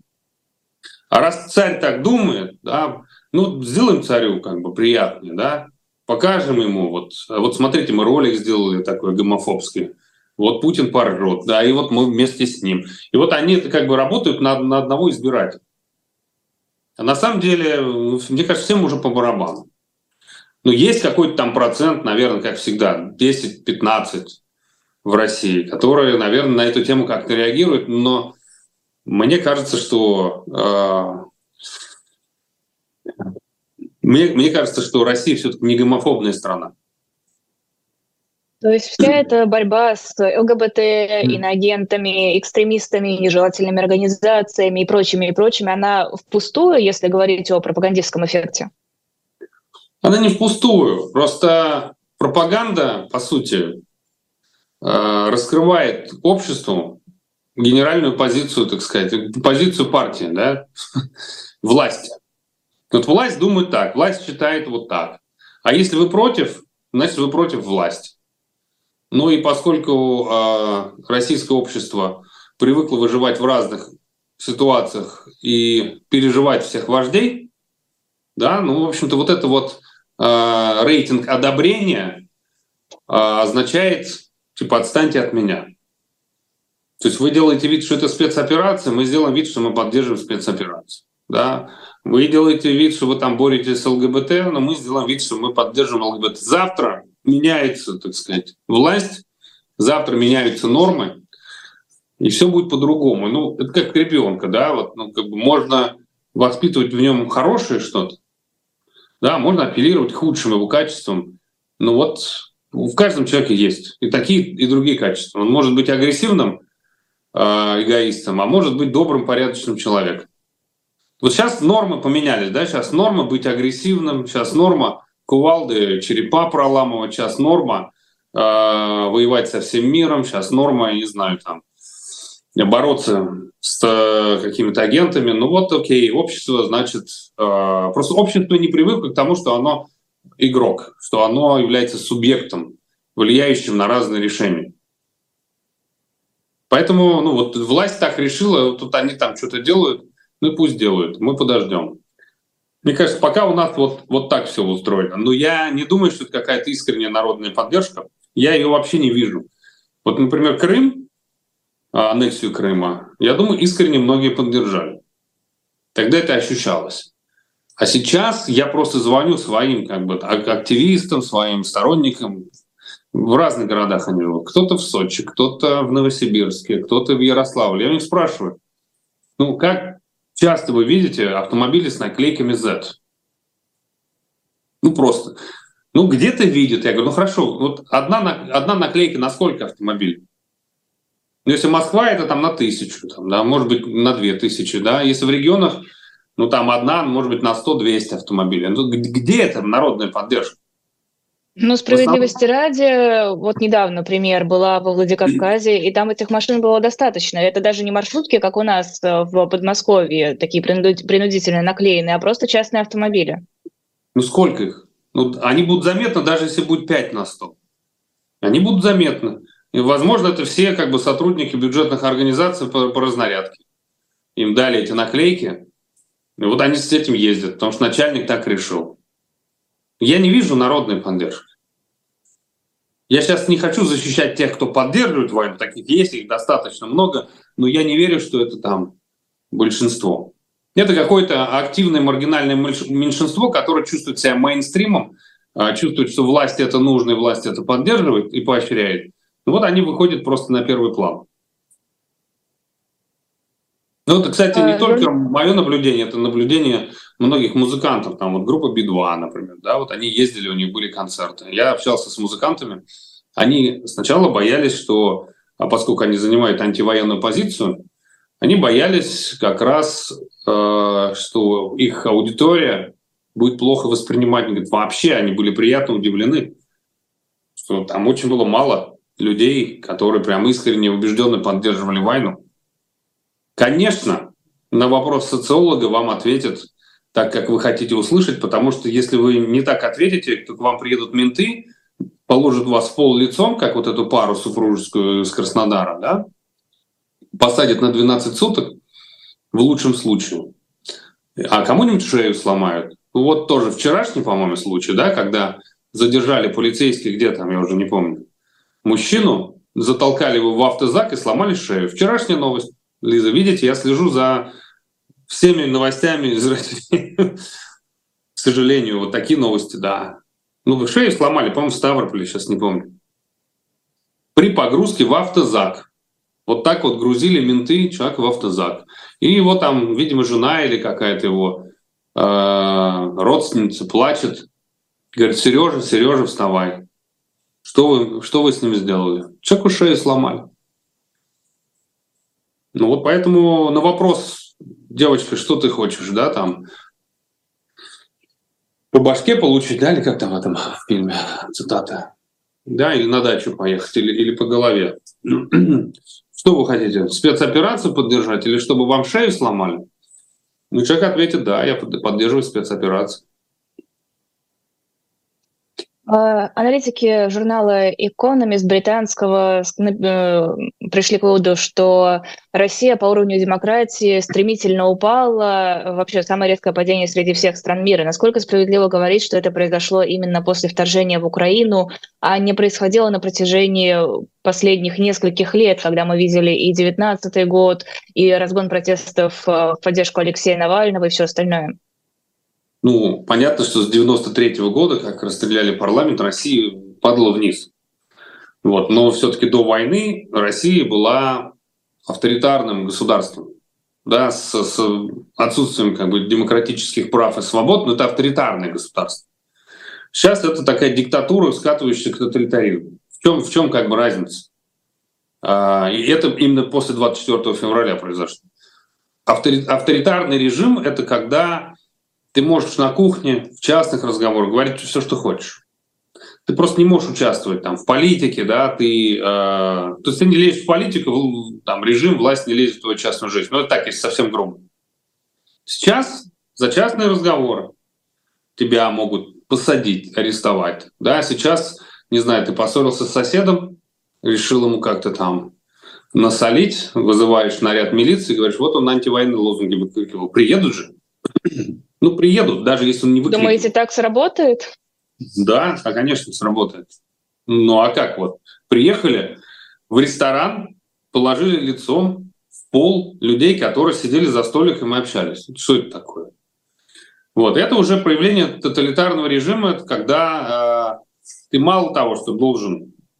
А раз царь так думает, да, сделаем царю как бы приятнее, да, покажем ему, вот смотрите, мы ролик сделали такой гомофобский, вот Путин поржет, да, и вот мы вместе с ним. И вот они как бы работают на одного избирателя. А на самом деле, мне кажется, всем уже по барабану. Но есть какой-то там процент, наверное, как всегда, 10-15 в России, которые, наверное, на эту тему как-то реагируют, но мне кажется, что Россия все-таки не гомофобная страна. То есть вся эта борьба с ЛГБТ, иноагентами, экстремистами, нежелательными организациями и прочими, она впустую, если говорить о пропагандистском эффекте? Она не впустую. Просто пропаганда, по сути, раскрывает обществу генеральную позицию, так сказать, позицию партии, да, власти. Вот власть думает так, власть считает вот так. А если вы против, значит, вы против власти. Ну и поскольку российское общество привыкло выживать в разных ситуациях и переживать всех вождей, да, в общем-то, вот это вот рейтинг одобрения означает, типа, отстаньте от меня. То есть вы делаете вид, что это спецоперация, мы сделаем вид, что мы поддерживаем спецоперацию. Да? Вы делаете вид, что вы там боретесь с ЛГБТ, но мы сделаем вид, что мы поддерживаем ЛГБТ. Завтра меняется, так сказать, власть, завтра меняются нормы, и все будет по-другому. Это как ребенка, да, можно воспитывать в нем хорошее что-то, да, можно апеллировать к худшим его качествам. В каждом человеке есть и такие, и другие качества. Он может быть агрессивным эгоистом, а может быть добрым, порядочным человеком. Вот сейчас нормы поменялись, да, сейчас норма быть агрессивным, сейчас норма кувалды черепа проламывать, сейчас норма воевать со всем миром, сейчас норма, не знаю, там, бороться с какими-то агентами. Окей, общество, значит, просто общество не привыкло к тому, что оно игрок, что оно является субъектом, влияющим на разные решения. Поэтому, власть так решила, тут они там что-то делают, и пусть делают, мы подождем. Мне кажется, пока у нас вот так все устроено. Но я не думаю, что это какая-то искренняя народная поддержка. Я ее вообще не вижу. Вот, например, Крым, аннексию Крыма, я думаю, искренне многие поддержали. Тогда это ощущалось. А сейчас я просто звоню своим активистам, своим сторонникам В разных городах они живут. Кто-то в Сочи, кто-то в Новосибирске, кто-то в Ярославле. Я у них спрашиваю, ну как часто вы видите автомобили с наклейками Z? Ну просто. Ну где-то видят. Я говорю, ну хорошо, вот одна наклейка на сколько автомобилей? Ну, если Москва, это там на 1000, там, да, может быть, на 2000, да. Если в регионах, ну там одна, может быть, на 100-200 автомобилей. Ну, где это народная поддержка? Ну, справедливости ради, вот недавно, например, была во Владикавказе, и там этих машин было достаточно. Это даже не маршрутки, как у нас в Подмосковье, такие принудительно наклеенные, а просто частные автомобили. Ну сколько их? Ну, они будут заметны, даже если будет 5 на 100. Они будут заметны. И, возможно, это все как бы сотрудники бюджетных организаций по разнарядке. Им дали эти наклейки, и вот они с этим ездят, потому что начальник так решил. Я не вижу народной поддержки. Я сейчас не хочу защищать тех, кто поддерживает войну, таких есть, их достаточно много, но я не верю, что это там большинство. Это какое-то активное маргинальное меньшинство, которое чувствует себя мейнстримом, чувствует, что власть это нужно, и власть это поддерживает и поощряет. Ну вот они выходят просто на первый план. Ну это, кстати, не только мое наблюдение, это наблюдение многих музыкантов. Там вот группа Би-2, например, да, вот они ездили, у них были концерты. Я общался с музыкантами, они сначала боялись, что, поскольку они занимают антивоенную позицию, они боялись как раз, что их аудитория будет плохо воспринимать. Они говорят, вообще они были приятно удивлены, что там очень было мало людей, которые прям искренне убежденно поддерживали войну. Конечно, на вопрос социолога вам ответят так, как вы хотите услышать, потому что если вы не так ответите, то к вам приедут менты, положат вас в пол лицом, как вот эту пару супружескую из Краснодара, да, посадят на 12 суток, в лучшем случае, а кому-нибудь шею сломают. Вот тоже вчерашний, по-моему, случай, да, когда задержали полицейских, где там, я уже не помню, мужчину, затолкали его в автозак и сломали шею. Вчерашняя новость. Лиза, видите, я слежу за всеми новостями из России. К сожалению, вот такие новости, да. Ну, шею сломали, по-моему, в Ставрополе, сейчас не помню. При погрузке в автозак. Вот так вот грузили менты человека в автозак. И его там, видимо, жена или какая-то его родственница плачет. Говорит, Сережа, вставай. Что вы с ним сделали? Человеку шею сломали. Ну вот поэтому на вопрос, девочка, что ты хочешь, да, там, по башке получить, да, или как там в этом фильме, цитата, да, или на дачу поехать, или по голове. Что вы хотите, спецоперацию поддержать или чтобы вам шею сломали? Ну, человек ответит, да, я поддерживаю спецоперацию. Аналитики журнала Economist британского пришли к выводу, что Россия по уровню демократии стремительно упала, вообще самое резкое падение среди всех стран мира. Насколько справедливо говорить, что это произошло именно после вторжения в Украину, а не происходило на протяжении последних нескольких лет, когда мы видели и 19-й год, и разгон протестов в поддержку Алексея Навального и все остальное? Ну, понятно, что с 93-го года, как расстреляли парламент, Россия падала вниз. Вот. Но все-таки до войны Россия была авторитарным государством, да, с отсутствием как бы демократических прав и свобод, но это авторитарное государство. Сейчас это такая диктатура, скатывающаяся к тоталитаризму. В чем как бы разница? И это именно после 24 февраля произошло. Авторитарный режим — это когда ты можешь на кухне, в частных разговорах говорить все, что хочешь. Ты просто не можешь участвовать там в политике, да, то есть ты не лезешь в политику, там режим, власть не лезет в твою частную жизнь. Ну, это так, если совсем грубо. Сейчас за частные разговоры тебя могут посадить, арестовать. Да, сейчас, не знаю, ты поссорился с соседом, решил ему как-то там насолить, вызываешь наряд милиции и говоришь, вот он антивоенные лозунги выкрикивал. Приедут же. Ну, приедут, даже если он не выкрикнет. Думаете, так сработает? Да, конечно, сработает. Ну, а как вот? Приехали в ресторан, положили лицом в пол людей, которые сидели за столиком и общались. Что это такое? Вот, это уже проявление тоталитарного режима, это когда ты мало того, что должен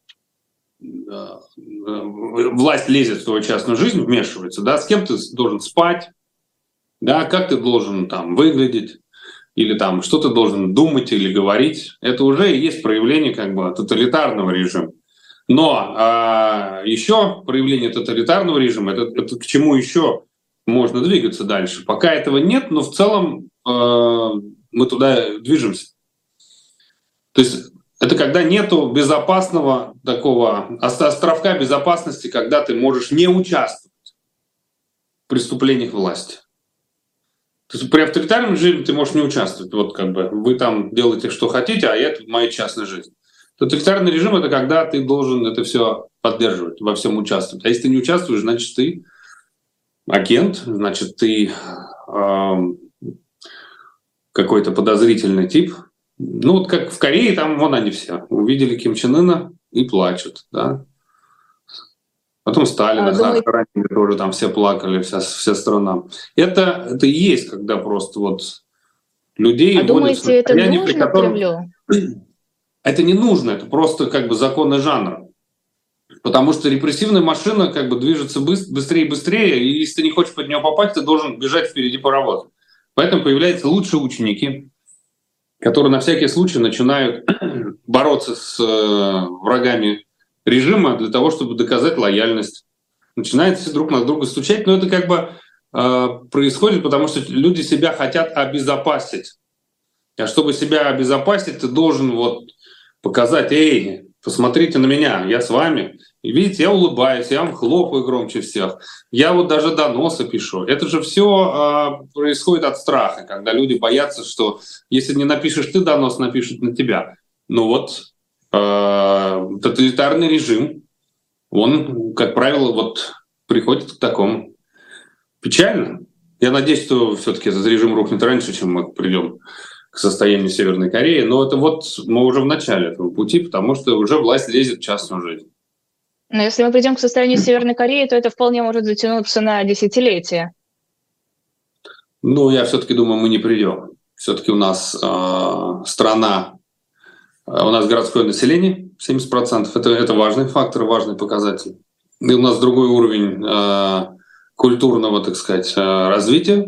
власть лезет в твою частную жизнь, вмешивается, да, с кем ты должен спать, да, как ты должен там выглядеть, или там что ты должен думать или говорить, это уже и есть проявление как бы тоталитарного режима. Но еще проявление тоталитарного режима, это к чему еще можно двигаться дальше. Пока этого нет, но в целом мы туда движемся. То есть это когда нету безопасного такого островка безопасности, когда ты можешь не участвовать в преступлениях власти. То есть при авторитарном режиме ты можешь не участвовать. Вот как бы вы там делаете, что хотите, а это моя частная жизнь. Тоталитарный режим — это когда ты должен это все поддерживать, во всем участвовать. А если ты не участвуешь, значит, ты агент, значит, ты какой-то подозрительный тип. Ну, вот как в Корее, там вон они все увидели Ким Чен Ына и плачут, да. Потом Сталина хоронили, тоже там все плакали, вся страна. Это и есть, когда просто вот людей вводят в состояние, думаете, это нужно Кремлю? Это не нужно, это просто как бы законы жанра. Потому что репрессивная машина как бы движется быстрее и быстрее, и если ты не хочешь под нее попасть, ты должен бежать впереди паровоза. Поэтому появляются лучшие ученики, которые на всякий случай начинают бороться с врагами режима для того, чтобы доказать лояльность. Начинают все друг на друга стучать, но это как бы происходит, потому что люди себя хотят обезопасить. А чтобы себя обезопасить, ты должен вот показать: эй, посмотрите на меня, я с вами. И видите, я улыбаюсь, я вам хлопаю громче всех. Я вот даже доносы пишу. Это же все происходит от страха, когда люди боятся, что если не напишешь ты донос, напишут на тебя. Ну вот тоталитарный режим, он, как правило, вот приходит к такому. Печально. Я надеюсь, что все-таки этот режим рухнет раньше, чем мы придем к состоянию Северной Кореи. Но это вот мы уже в начале этого пути, потому что уже власть лезет в частную жизнь. Но если мы придем к состоянию Северной Кореи, то это вполне может затянуться на десятилетия. Ну, я все-таки думаю, мы не придем. Все-таки у нас страна, у нас городское население 70%. Это важный фактор, важный показатель. И у нас другой уровень культурного, так сказать, развития.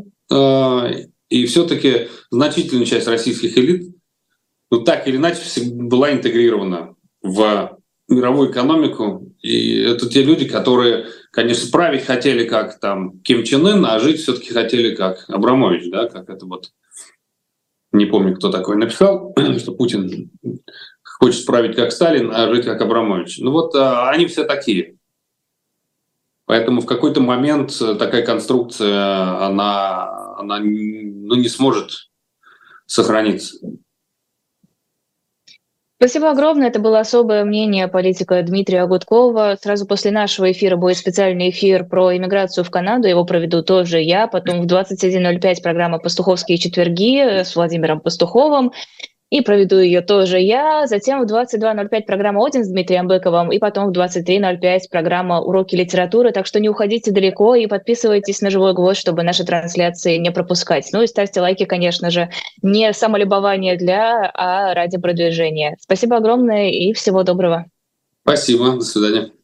И все-таки значительная часть российских элит, ну так или иначе, была интегрирована в мировую экономику. И это те люди, которые, конечно, править хотели как там Ким Чен Ын, а жить все-таки хотели как Абрамович, да, как это вот, не помню, кто такой написал, что Путин хочет править как Сталин, а жить как Абрамович. Ну вот они все такие. Поэтому в какой-то момент такая конструкция, она не сможет сохраниться. Спасибо огромное. Это было особое мнение политика Дмитрия Гудкова. Сразу после нашего эфира будет специальный эфир про иммиграцию в Канаду. Его проведу тоже я. Потом в 21:05 программа «Пастуховские четверги» с Владимиром Пастуховым. И проведу ее тоже я. Затем в 22:05 программа «Один» с Дмитрием Быковым. И потом в 23:05 программа «Уроки литературы». Так что не уходите далеко и подписывайтесь на «Живой гвоздь», чтобы наши трансляции не пропускать. Ну и ставьте лайки, конечно же. Не самолюбование а ради продвижения. Спасибо огромное и всего доброго. Спасибо. До свидания.